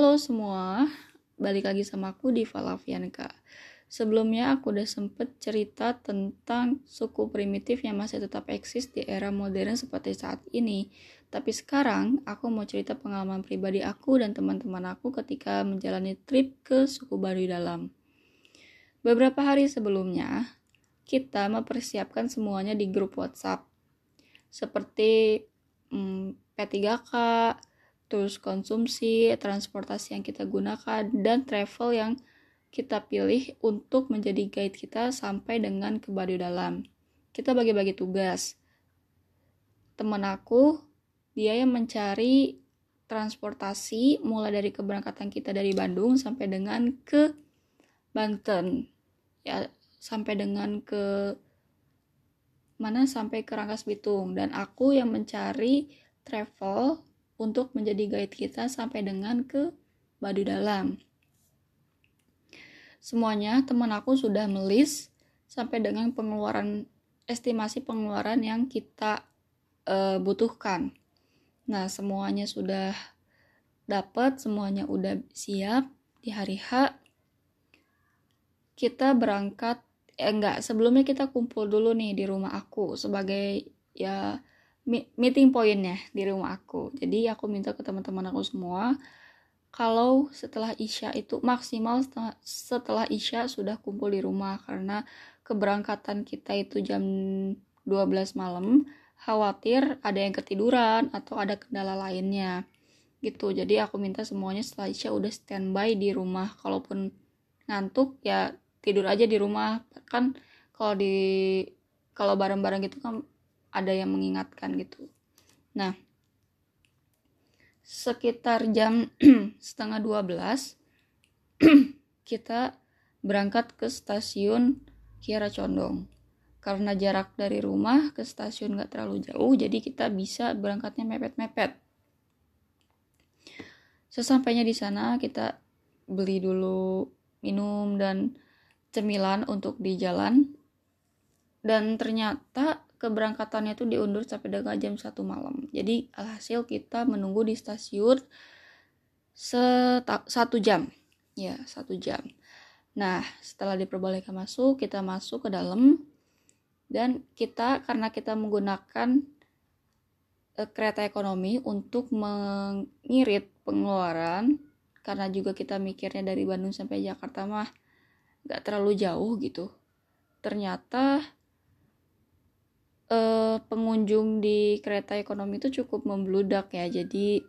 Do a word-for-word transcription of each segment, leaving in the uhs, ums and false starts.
Halo semua, balik lagi sama aku Diva Lavianka. Sebelumnya aku udah sempet cerita tentang suku primitif yang masih tetap eksis di era modern seperti saat ini. Tapi sekarang aku mau cerita pengalaman pribadi aku dan teman-teman aku ketika menjalani trip ke suku Baduy Dalam. Beberapa hari sebelumnya, kita mempersiapkan semuanya di grup WhatsApp. Seperti hmm, P tiga K, terus konsumsi, transportasi yang kita gunakan, dan travel yang kita pilih untuk menjadi guide kita sampai dengan ke Baduy Dalam. Kita bagi-bagi tugas. Temen aku, dia yang mencari transportasi mulai dari keberangkatan kita dari Bandung sampai dengan ke Banten. Ya, sampai dengan ke mana sampai ke Rangkas Bitung. Dan aku yang mencari travel untuk menjadi guide kita sampai dengan ke Baduy Dalam. Semuanya teman aku sudah melis sampai dengan pengeluaran, estimasi pengeluaran yang kita e, butuhkan. Nah, semuanya sudah dapat, semuanya udah siap. Di hari H kita berangkat, eh enggak, sebelumnya kita kumpul dulu nih di rumah aku sebagai ya meeting pointnya di rumah aku. Jadi aku minta ke teman-teman aku semua kalau setelah Isya itu maksimal setelah, setelah Isya sudah kumpul di rumah, karena keberangkatan kita itu jam dua belas malam, khawatir ada yang ketiduran atau ada kendala lainnya gitu. Jadi aku minta semuanya setelah Isya udah standby di rumah. Kalaupun ngantuk ya tidur aja di rumah, kan kalau di kalau bareng-bareng gitu kan ada yang mengingatkan gitu. Nah, sekitar jam setengah dua belas kita berangkat ke stasiun Kiara Condong. Karena jarak dari rumah ke stasiun gak terlalu jauh, jadi kita bisa berangkatnya mepet-mepet. Sesampainya di sana kita beli dulu minum dan cemilan untuk di jalan. Dan ternyata keberangkatannya itu diundur sampai dengan jam satu malam. Jadi alhasil kita menunggu di stasiun seta- satu jam. Ya, satu jam. Nah, setelah diperbolehkan masuk, kita masuk ke dalam. Dan kita, karena kita menggunakan e, kereta ekonomi untuk mengirit pengeluaran, karena juga kita mikirnya dari Bandung sampai Jakarta mah gak terlalu jauh gitu. Ternyata Uh, pengunjung di kereta ekonomi itu cukup membludak ya, jadi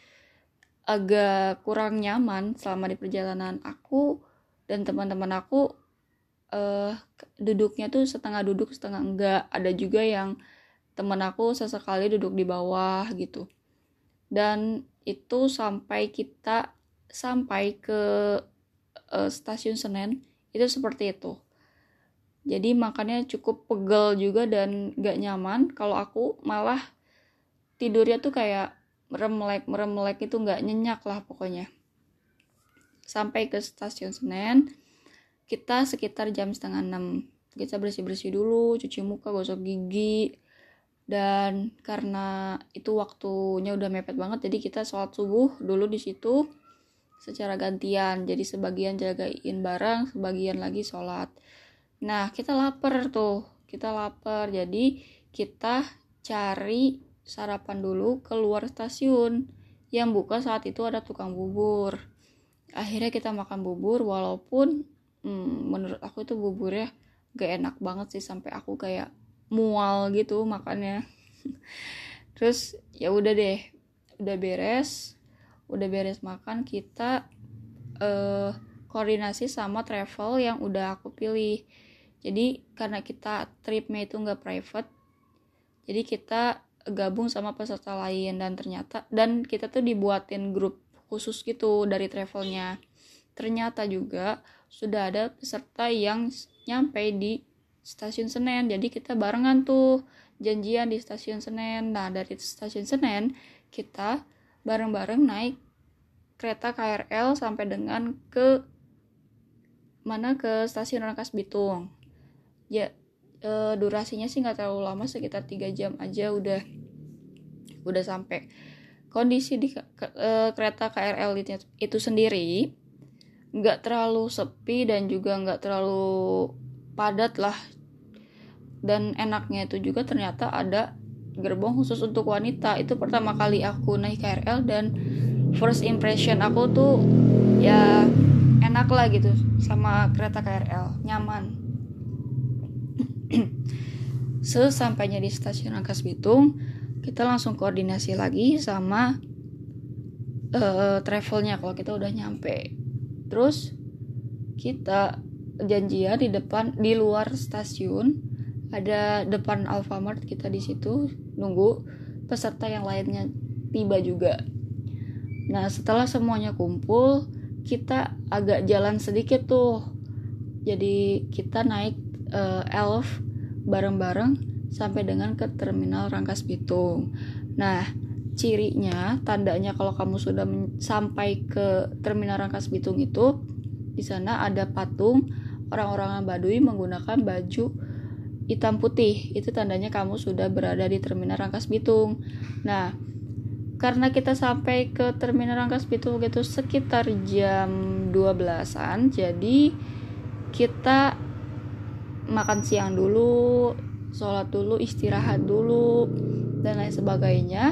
agak kurang nyaman selama di perjalanan. Aku dan teman-teman aku uh, duduknya tuh setengah duduk setengah enggak. Ada juga yang teman aku sesekali duduk di bawah gitu. Dan itu sampai kita sampai ke uh, stasiun Senen itu seperti itu. Jadi makannya cukup pegel juga dan gak nyaman. Kalau aku malah tidurnya tuh kayak meremlek-meremlek itu gak nyenyak lah pokoknya. Sampai ke stasiun Senen, kita sekitar jam setengah enam. Kita bersih-bersih dulu, cuci muka, gosok gigi. Dan karena itu waktunya udah mepet banget, jadi kita sholat subuh dulu di situ secara gantian. Jadi sebagian jagain barang, sebagian lagi sholat. Nah, kita lapar tuh, kita lapar, jadi kita cari sarapan dulu keluar stasiun. Yang buka saat itu ada tukang bubur. Akhirnya kita makan bubur, walaupun hmm, menurut aku itu buburnya gak enak banget sih, sampai aku kayak mual gitu makannya. Terus ya udah deh, udah beres, udah beres makan, kita uh, koordinasi sama travel yang udah aku pilih. Jadi karena kita tripnya itu nggak private, jadi kita gabung sama peserta lain, dan ternyata dan kita tuh dibuatin grup khusus gitu dari travelnya. Ternyata juga sudah ada peserta yang nyampe di stasiun Senen, jadi kita barengan tuh janjian di stasiun Senen. Nah, dari stasiun Senen kita bareng-bareng naik kereta K R L sampai dengan ke mana ke stasiun Rangkas Bitung. Ya, e, durasinya sih nggak terlalu lama, sekitar tiga jam aja udah udah sampai. kondisi di ke- uh, kereta K R L itu, itu sendiri nggak terlalu sepi dan juga nggak terlalu padat lah. Dan enaknya itu juga ternyata ada gerbong khusus untuk wanita. Itu pertama kali aku naik K R L dan first impression aku tuh ya enak lah gitu sama kereta K R L, nyaman. Sesampainya di stasiun Rangkas Bitung, kita langsung koordinasi lagi sama uh, travelnya kalau kita udah nyampe. Terus kita janjian di depan, di luar stasiun, ada depan Alfamart, kita di situ nunggu peserta yang lainnya tiba juga. Nah, setelah semuanya kumpul, kita agak jalan sedikit tuh. Jadi kita naik uh, Elf bareng-bareng sampai dengan ke terminal Rangkas Bitung. Nah, cirinya, tandanya kalau kamu sudah men- sampai ke terminal Rangkas Bitung itu, di sana ada patung orang-orang Baduy menggunakan baju hitam putih. Itu tandanya kamu sudah berada di terminal Rangkas Bitung. Nah, karena kita sampai ke terminal Rangkas Bitung itu sekitar jam dua belasan, jadi kita makan siang dulu, sholat dulu, istirahat dulu, dan lain sebagainya.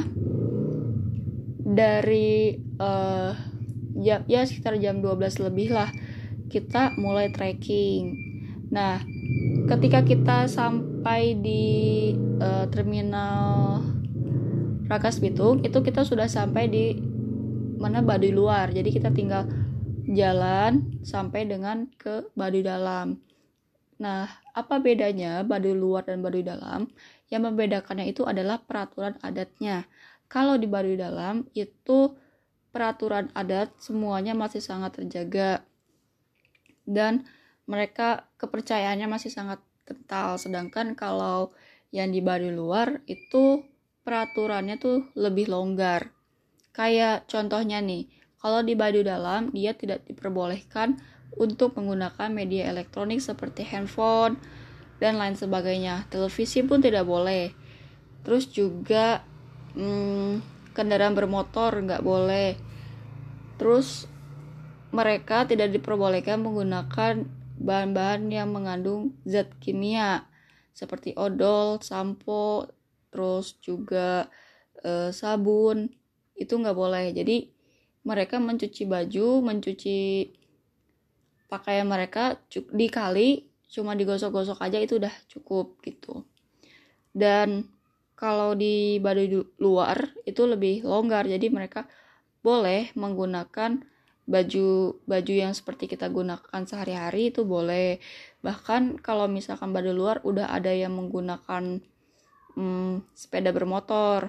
Dari uh, jam, ya sekitar jam dua belas lebih lah, kita mulai trekking. Nah, ketika kita sampai di uh, terminal Rangkas Bitung, itu kita sudah sampai di mana Baduy luar. Jadi kita tinggal jalan sampai dengan ke Baduy dalam. Nah, apa bedanya Baduy luar dan Baduy dalam? Yang membedakannya itu adalah peraturan adatnya. Kalau di Baduy dalam itu peraturan adat semuanya masih sangat terjaga dan mereka kepercayaannya masih sangat kental. Sedangkan kalau yang di Baduy luar itu peraturannya tuh lebih longgar. Kayak contohnya nih, kalau di Baduy dalam dia tidak diperbolehkan untuk menggunakan media elektronik seperti handphone dan lain sebagainya. Televisi pun tidak boleh. Terus juga hmm, kendaraan bermotor nggak boleh. Terus mereka tidak diperbolehkan menggunakan bahan-bahan yang mengandung zat kimia seperti odol, sampo, terus juga e, sabun. Itu nggak boleh. Jadi mereka mencuci baju, mencuci pakaian mereka di kali cuma digosok-gosok aja itu udah cukup gitu. Dan kalau di Baduy luar itu lebih longgar, jadi mereka boleh menggunakan baju baju yang seperti kita gunakan sehari-hari itu boleh. Bahkan kalau misalkan Baduy luar udah ada yang menggunakan hmm, sepeda bermotor,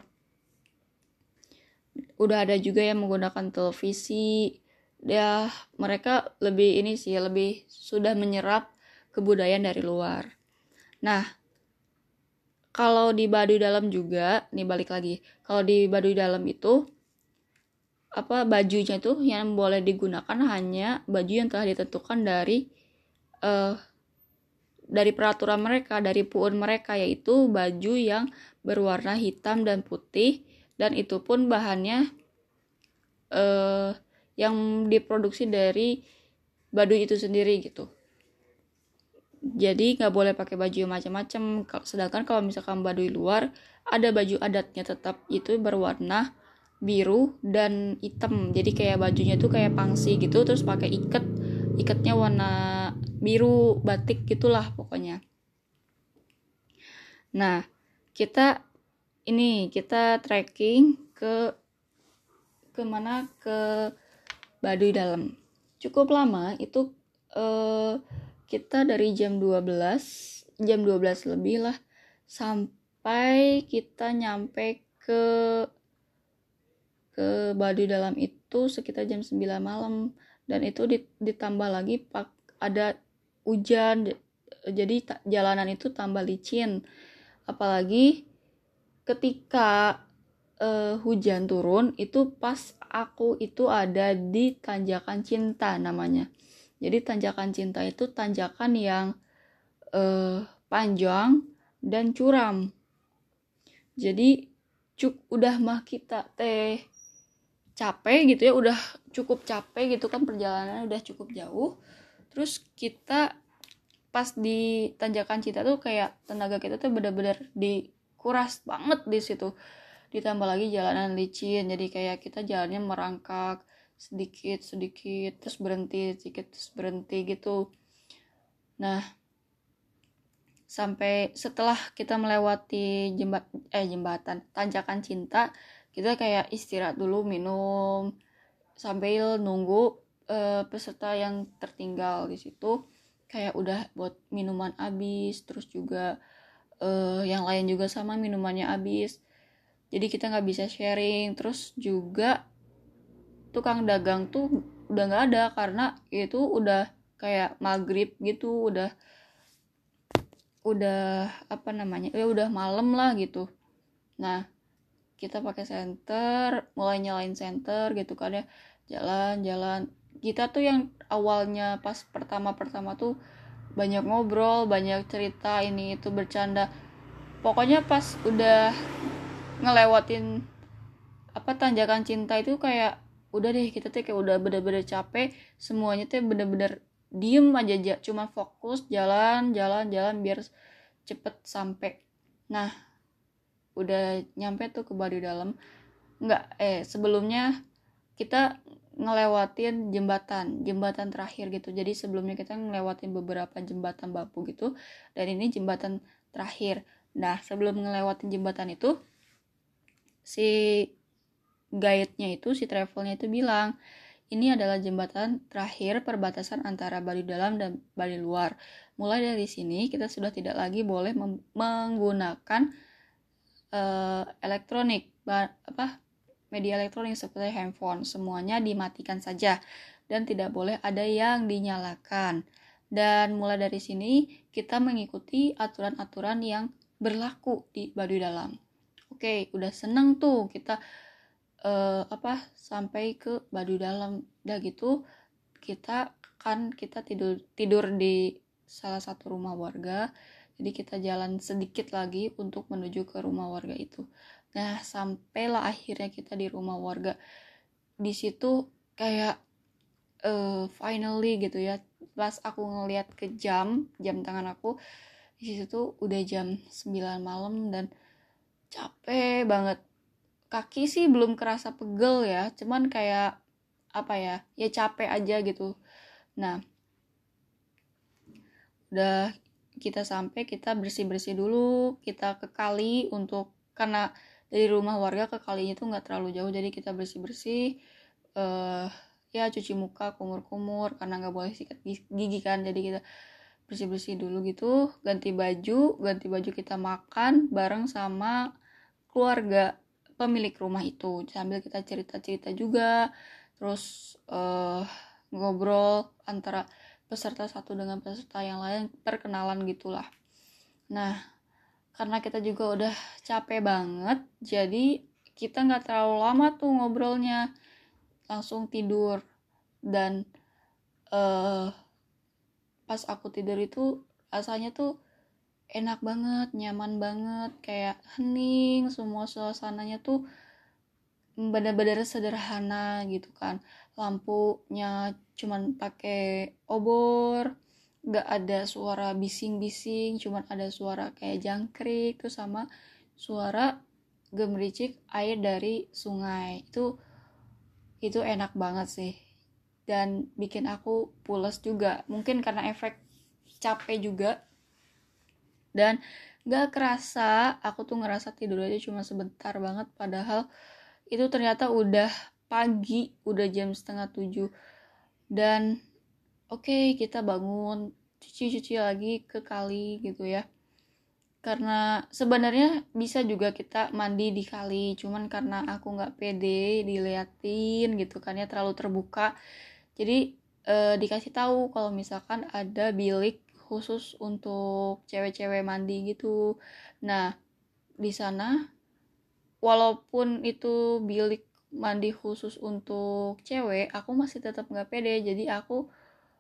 udah ada juga yang menggunakan televisi. Ya mereka lebih ini sih, lebih sudah menyerap kebudayaan dari luar. Nah, kalau di Baduy dalam juga, nih balik lagi, kalau di Baduy dalam itu apa bajunya tuh yang boleh digunakan hanya baju yang telah ditentukan dari uh, dari peraturan mereka, dari P U N mereka, yaitu baju yang berwarna hitam dan putih, dan itu pun bahannya uh, yang diproduksi dari Baduy itu sendiri gitu. Jadi nggak boleh pakai baju macam-macam. Sedangkan kalau misalkan Baduy luar ada baju adatnya tetap itu berwarna biru dan hitam. Jadi kayak bajunya tuh kayak pangsi gitu, terus pakai ikat, ikatnya warna biru batik gitulah pokoknya. Nah, kita ini kita trekking ke ke mana ke Baduy dalam. Cukup lama itu eh, kita dari jam dua belas, jam dua belas lebih lah sampai kita nyampe ke ke Baduy dalam itu sekitar jam sembilan malam, dan itu ditambah lagi pak ada hujan, jadi jalanan itu tambah licin. Apalagi ketika uh, hujan turun itu pas aku itu ada di Tanjakan Cinta namanya. Jadi Tanjakan Cinta itu tanjakan yang uh, panjang dan curam. Jadi cuk udah mah kita teh capek gitu ya, udah cukup capek gitu kan, perjalanannya udah cukup jauh. Terus kita pas di tanjakan Cinta tuh kayak tenaga kita tuh benar-benar dikuras banget di situ. Ditambah lagi jalanan licin, jadi kayak kita jalannya merangkak sedikit sedikit terus berhenti, sedikit terus berhenti gitu. Nah, sampai setelah kita melewati jembat eh jembatan tanjakan Cinta, kita kayak istirahat dulu, minum sambil nunggu uh, peserta yang tertinggal di situ kayak udah buat minuman habis, terus juga uh, yang lain juga sama minumannya habis, jadi kita nggak bisa sharing. Terus juga tukang dagang tuh udah nggak ada karena itu udah kayak maghrib gitu, udah udah apa namanya ya udah malam lah gitu. Nah, kita pakai senter, mulai nyalain senter gitu kan ya, jalan-jalan. Kita tuh yang awalnya pas pertama-pertama tuh banyak ngobrol, banyak cerita, ini itu bercanda. Pokoknya pas udah ngelewatin apa tanjakan Cinta itu kayak udah deh, kita tuh kayak udah bener-bener capek, semuanya tuh bener-bener diem aja, cuma fokus jalan jalan jalan biar cepet sampai. Nah, udah nyampe tuh ke Baduy Dalam, nggak eh sebelumnya kita ngelewatin jembatan jembatan terakhir gitu. Jadi sebelumnya kita ngelewatin beberapa jembatan bambu gitu, dan ini jembatan terakhir. Nah, sebelum ngelewatin jembatan itu, si guide-nya itu, si travelnya itu bilang, ini adalah jembatan terakhir perbatasan antara Baduy Dalam dan Baduy Luar. Mulai dari sini kita sudah tidak lagi boleh mem- menggunakan uh, elektronik, ba- apa media elektronik seperti handphone. Semuanya dimatikan saja dan tidak boleh ada yang dinyalakan. Dan mulai dari sini kita mengikuti aturan-aturan yang berlaku di Baduy Dalam. Oke, udah seneng tuh kita Uh, apa sampai ke Baduy Dalam. Udah gitu kita kan kita tidur tidur di salah satu rumah warga, jadi kita jalan sedikit lagi untuk menuju ke rumah warga itu. Nah, sampailah akhirnya kita di rumah warga. Di situ kayak uh, finally gitu ya, pas aku ngeliat ke jam jam tangan aku, di situ udah jam sembilan malam dan capek banget. Kaki sih belum kerasa pegel ya, cuman kayak apa ya, ya capek aja gitu. Nah, udah kita sampai, kita bersih-bersih dulu, kita ke kali untuk, karena dari rumah warga ke kalinya tuh nggak terlalu jauh, jadi kita bersih-bersih, uh, ya cuci muka, kumur-kumur, karena nggak boleh sikat gigi kan, jadi kita bersih-bersih dulu gitu, ganti baju, ganti baju kita makan bareng sama keluarga pemilik rumah itu, sambil kita cerita-cerita juga, terus uh, ngobrol antara peserta satu dengan peserta yang lain, perkenalan gitulah. Nah, karena kita juga udah capek banget, jadi kita nggak terlalu lama tuh ngobrolnya, langsung tidur. Dan uh, pas aku tidur itu rasanya tuh enak banget, nyaman banget, kayak hening, semua suasananya tuh bener-bener sederhana gitu kan. Lampunya cuman pakai obor, gak ada suara bising-bising, cuman ada suara kayak jangkrik tuh sama suara gemericik air dari sungai. Itu itu enak banget sih, dan bikin aku pules juga, mungkin karena efek capek juga. Dan gak kerasa, aku tuh ngerasa tidur aja cuma sebentar banget, padahal itu ternyata udah pagi, udah jam setengah tujuh. Dan oke, okay, kita bangun, cuci-cuci lagi ke kali gitu ya, karena sebenarnya bisa juga kita mandi di kali, cuman karena aku gak pede diliatin gitu kan ya, terlalu terbuka, jadi eh, dikasih tahu kalau misalkan ada bilik khusus untuk cewek-cewek mandi gitu. Nah, di sana walaupun itu bilik mandi khusus untuk cewek, aku masih tetap nggak pede, jadi aku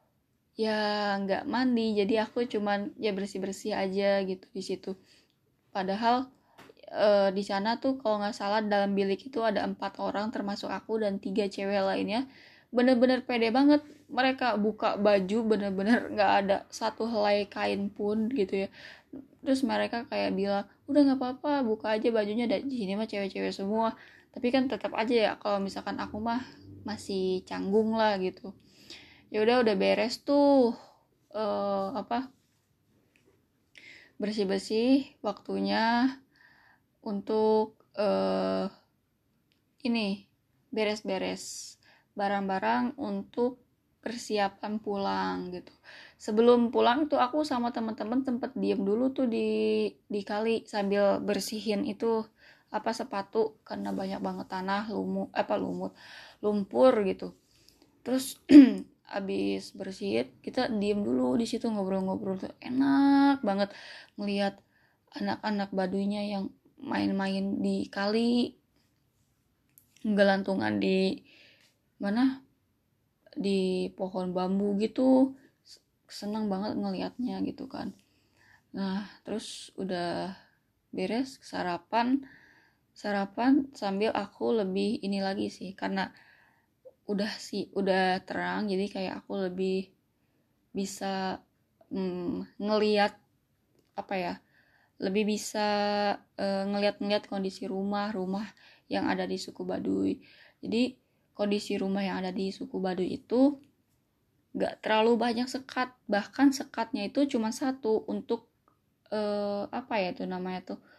ya nggak mandi, jadi aku cuman ya bersih-bersih aja gitu di situ. Padahal uh, di sana tuh kalau nggak salah dalam bilik itu ada empat orang termasuk aku dan tiga cewek lainnya. Bener-bener pede banget, mereka buka baju bener-bener nggak ada satu helai kain pun gitu ya. Terus mereka kayak bilang udah nggak apa-apa, buka aja bajunya, dan di sini mah cewek-cewek semua. Tapi kan tetap aja ya, kalau misalkan aku mah masih canggung lah gitu. Ya udah udah beres tuh uh, apa bersih-bersih, waktunya untuk uh, ini beres-beres barang-barang untuk persiapan pulang gitu. Sebelum pulang tuh aku sama teman-teman tempat diem dulu tuh di di kali sambil bersihin itu apa sepatu karena banyak banget tanah lumut apa lumut lumpur gitu. Terus abis bersihin kita diem dulu di situ ngobrol-ngobrol tuh enak banget ngelihat anak-anak Baduynya yang main-main di kali, gelantungan di mana di pohon bambu gitu, seneng banget ngelihatnya gitu kan. Nah terus udah beres sarapan sarapan sambil aku lebih ini lagi sih karena udah sih udah terang, jadi kayak aku lebih bisa mm, ngelihat apa ya lebih bisa uh, ngelihat-ngelihat kondisi rumah-rumah yang ada di suku Baduy. Jadi kondisi rumah yang ada di suku Baduy itu gak terlalu banyak sekat, bahkan sekatnya itu cuma satu untuk uh, apa ya itu namanya tuh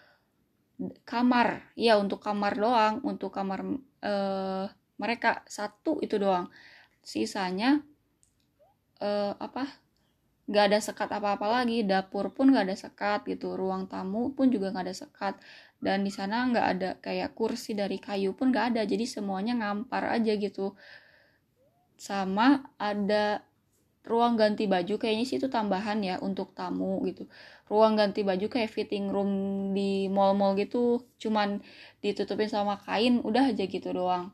kamar, ya untuk kamar doang, untuk kamar uh, mereka satu itu doang. Sisanya uh, apa gak ada sekat apa-apa lagi, dapur pun gak ada sekat gitu, ruang tamu pun juga gak ada sekat, dan di sana gak ada kayak kursi dari kayu pun gak ada, jadi semuanya ngampar aja gitu. Sama ada ruang ganti baju, kayaknya sih itu tambahan ya untuk tamu gitu, ruang ganti baju kayak fitting room di mall-mall gitu, cuman ditutupin sama kain, udah aja gitu doang.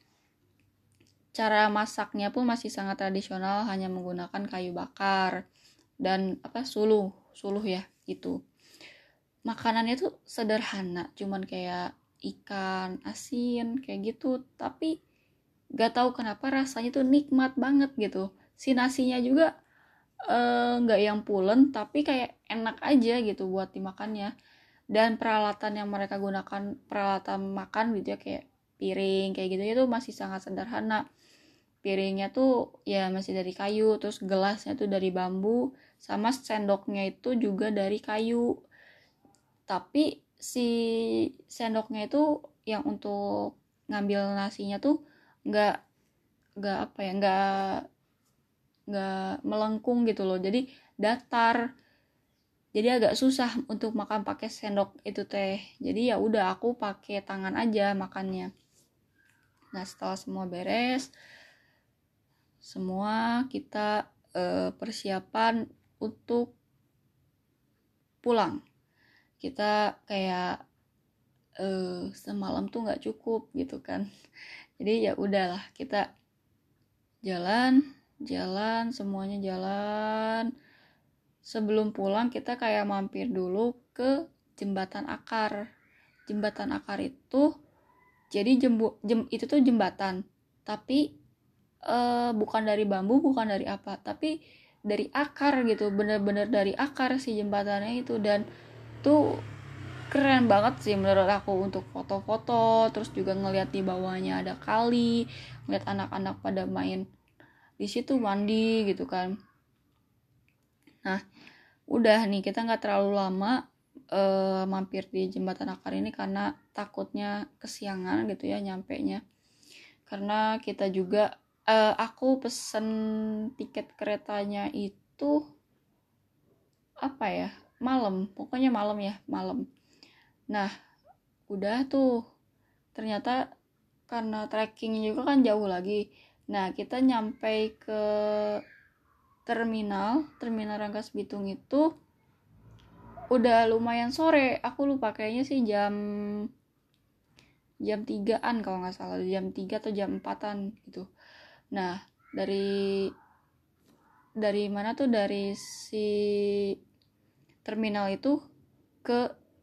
Cara masaknya pun masih sangat tradisional, hanya menggunakan kayu bakar dan apa suluh suluh ya gitu. Makanannya tuh sederhana, cuman kayak ikan asin kayak gitu, tapi gak tahu kenapa rasanya tuh nikmat banget gitu. Si nasinya juga nggak uh, yang pulen, tapi kayak enak aja gitu buat dimakannya. Dan peralatan yang mereka gunakan, peralatan makan gitu ya, kayak piring kayak gitu itu masih sangat sederhana. Piringnya tuh ya masih dari kayu, terus gelasnya tuh dari bambu, sama sendoknya itu juga dari kayu. Tapi si sendoknya itu yang untuk ngambil nasinya tuh nggak nggak apa ya nggak nggak melengkung gitu loh, jadi datar, jadi agak susah untuk makan pakai sendok itu teh. Jadi ya udah aku pakai tangan aja makannya. Nah setelah semua beres, semua kita eh, persiapan untuk pulang. Kita kayak eh, semalam tuh nggak cukup gitu kan. Jadi ya udahlah kita jalan, jalan semuanya jalan. Sebelum pulang kita kayak mampir dulu ke jembatan akar. Jembatan akar itu jadi jembu, jem, itu tuh jembatan, tapi Uh, bukan dari bambu, bukan dari apa, tapi dari akar gitu, bener-bener dari akar si jembatannya itu. Dan tuh keren banget sih menurut aku untuk foto-foto, terus juga ngeliat di bawahnya ada kali, ngeliat anak-anak pada main di situ mandi gitu kan. Nah udah nih kita nggak terlalu lama uh, mampir di jembatan akar ini karena takutnya kesiangan gitu ya nyampe nya, karena kita juga Uh, aku pesen tiket keretanya itu apa ya malam, pokoknya malam ya malam. Nah udah tuh ternyata karena trekkingnya juga kan jauh lagi. Nah kita nyampe ke terminal terminal Rangkas Bitung itu udah lumayan sore, aku lupa kayaknya sih jam jam tigaan kalau nggak salah, jam tiga atau jam empatan gitu. Nah dari dari mana tuh dari si terminal itu ke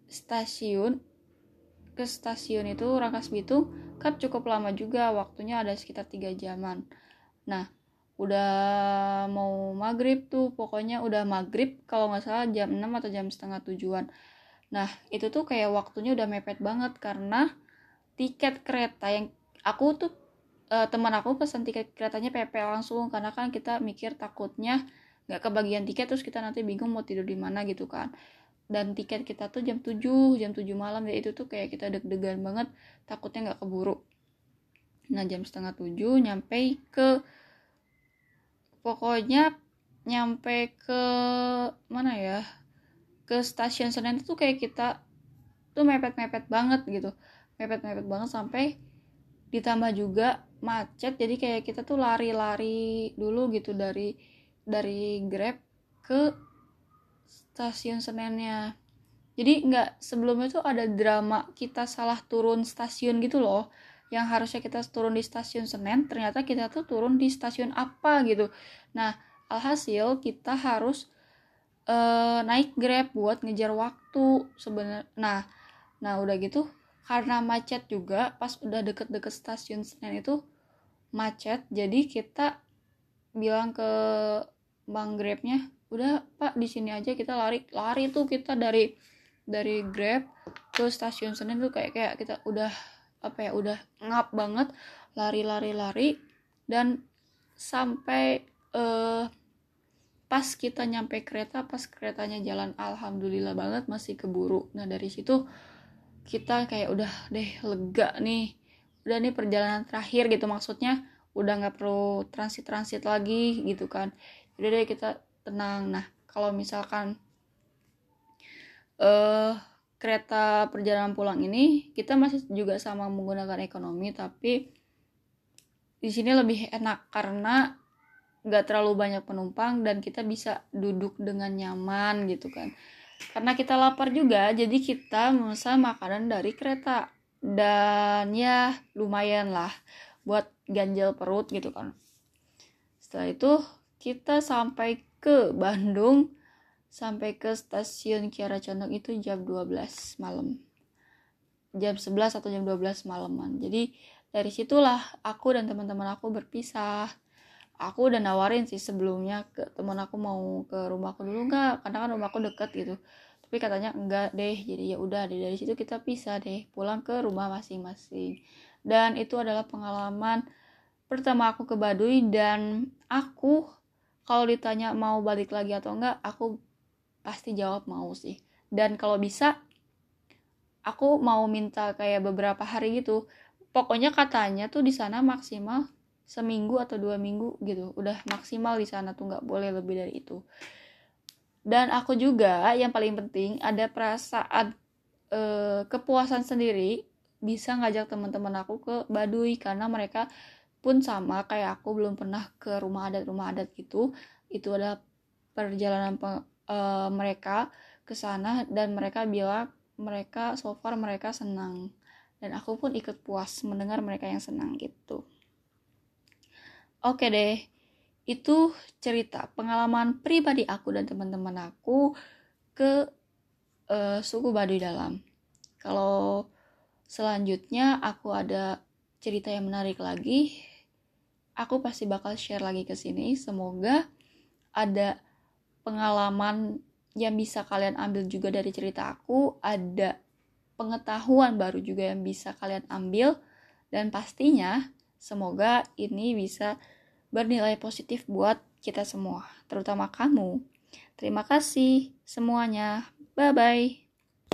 stasiun ke stasiun itu Rangkas Bitung kan cukup lama juga, waktunya ada sekitar tiga jaman. Nah udah mau maghrib tuh, pokoknya udah maghrib kalau nggak salah jam enam atau jam setengah tujuan. Nah itu tuh kayak waktunya udah mepet banget karena tiket kereta yang aku tuh e, teman aku pesan tiket keretanya P P langsung, karena kan kita mikir takutnya nggak kebagian tiket terus kita nanti bingung mau tidur di mana gitu kan. Dan tiket kita tuh jam tujuh jam tujuh malam, ya itu tuh kayak kita deg-degan banget takutnya nggak keburu. Nah jam setengah tujuh nyampe ke pokoknya nyampe ke mana ya, ke stasiun Senen itu kayak kita tuh mepet-mepet banget gitu, mepet-mepet banget sampai ditambah juga macet, jadi kayak kita tuh lari-lari dulu gitu dari dari Grab ke stasiun Senennya. Jadi nggak, sebelumnya tuh ada drama kita salah turun stasiun gitu loh, yang harusnya kita turun di stasiun Senen ternyata kita tuh turun di stasiun apa gitu. Nah alhasil kita harus uh, naik Grab buat ngejar waktu sebenarnya. Nah nah udah gitu karena macet juga, pas udah deket-deket stasiun Senen itu macet, jadi kita bilang ke bang Grabnya, udah Pak di sini aja, kita lari lari tuh kita dari dari Grab ke stasiun Senen tuh kayak kayak kita udah apa ya, udah ngap banget, lari-lari-lari, dan sampai uh, pas kita nyampe kereta, pas keretanya jalan alhamdulillah banget masih keburu. Nah dari situ kita kayak udah deh lega nih, udah nih perjalanan terakhir gitu, maksudnya udah nggak perlu transit-transit lagi gitu kan, udah deh kita tenang. Nah kalau misalkan Uh, kereta perjalanan pulang ini kita masih juga sama menggunakan ekonomi, tapi di sini lebih enak karena nggak terlalu banyak penumpang dan kita bisa duduk dengan nyaman gitu kan. Karena kita lapar juga, jadi kita memesan makanan dari kereta, dan ya lumayan lah buat ganjel perut gitu kan. Setelah itu kita sampai ke Bandung, sampai ke stasiun Kiara Condong itu jam dua belas malam, jam sebelas atau jam dua belas malaman. Jadi dari situlah aku dan teman-teman aku berpisah. Aku udah nawarin sih sebelumnya ke teman aku mau ke rumahku dulu nggak, karena kan rumahku deket gitu, tapi katanya enggak deh. Jadi ya udah deh, dari situ kita pisah deh, pulang ke rumah masing-masing. Dan itu adalah pengalaman pertama aku ke Baduy, dan aku kalau ditanya mau balik lagi atau enggak, aku pasti jawab mau sih. Dan kalau bisa aku mau minta kayak beberapa hari gitu. Pokoknya katanya tuh di sana maksimal seminggu atau dua minggu gitu, udah maksimal di sana tuh, nggak boleh lebih dari itu. Dan aku juga yang paling penting ada perasaan eh, kepuasan sendiri bisa ngajak teman-teman aku ke Baduy, karena mereka pun sama kayak aku belum pernah ke rumah adat rumah adat gitu. Itu adalah perjalanan pe- uh, mereka ke sana, dan mereka bilang mereka so far mereka senang, dan aku pun ikut puas mendengar mereka yang senang gitu. Oke deh, itu cerita pengalaman pribadi aku dan teman-teman aku ke uh, suku Baduy Dalam. Kalau selanjutnya aku ada cerita yang menarik lagi, aku pasti bakal share lagi ke sini. Semoga ada pengalaman yang bisa kalian ambil juga dari cerita aku, ada pengetahuan baru juga yang bisa kalian ambil, dan pastinya semoga ini bisa bernilai positif buat kita semua, terutama kamu. Terima kasih semuanya. Bye-bye.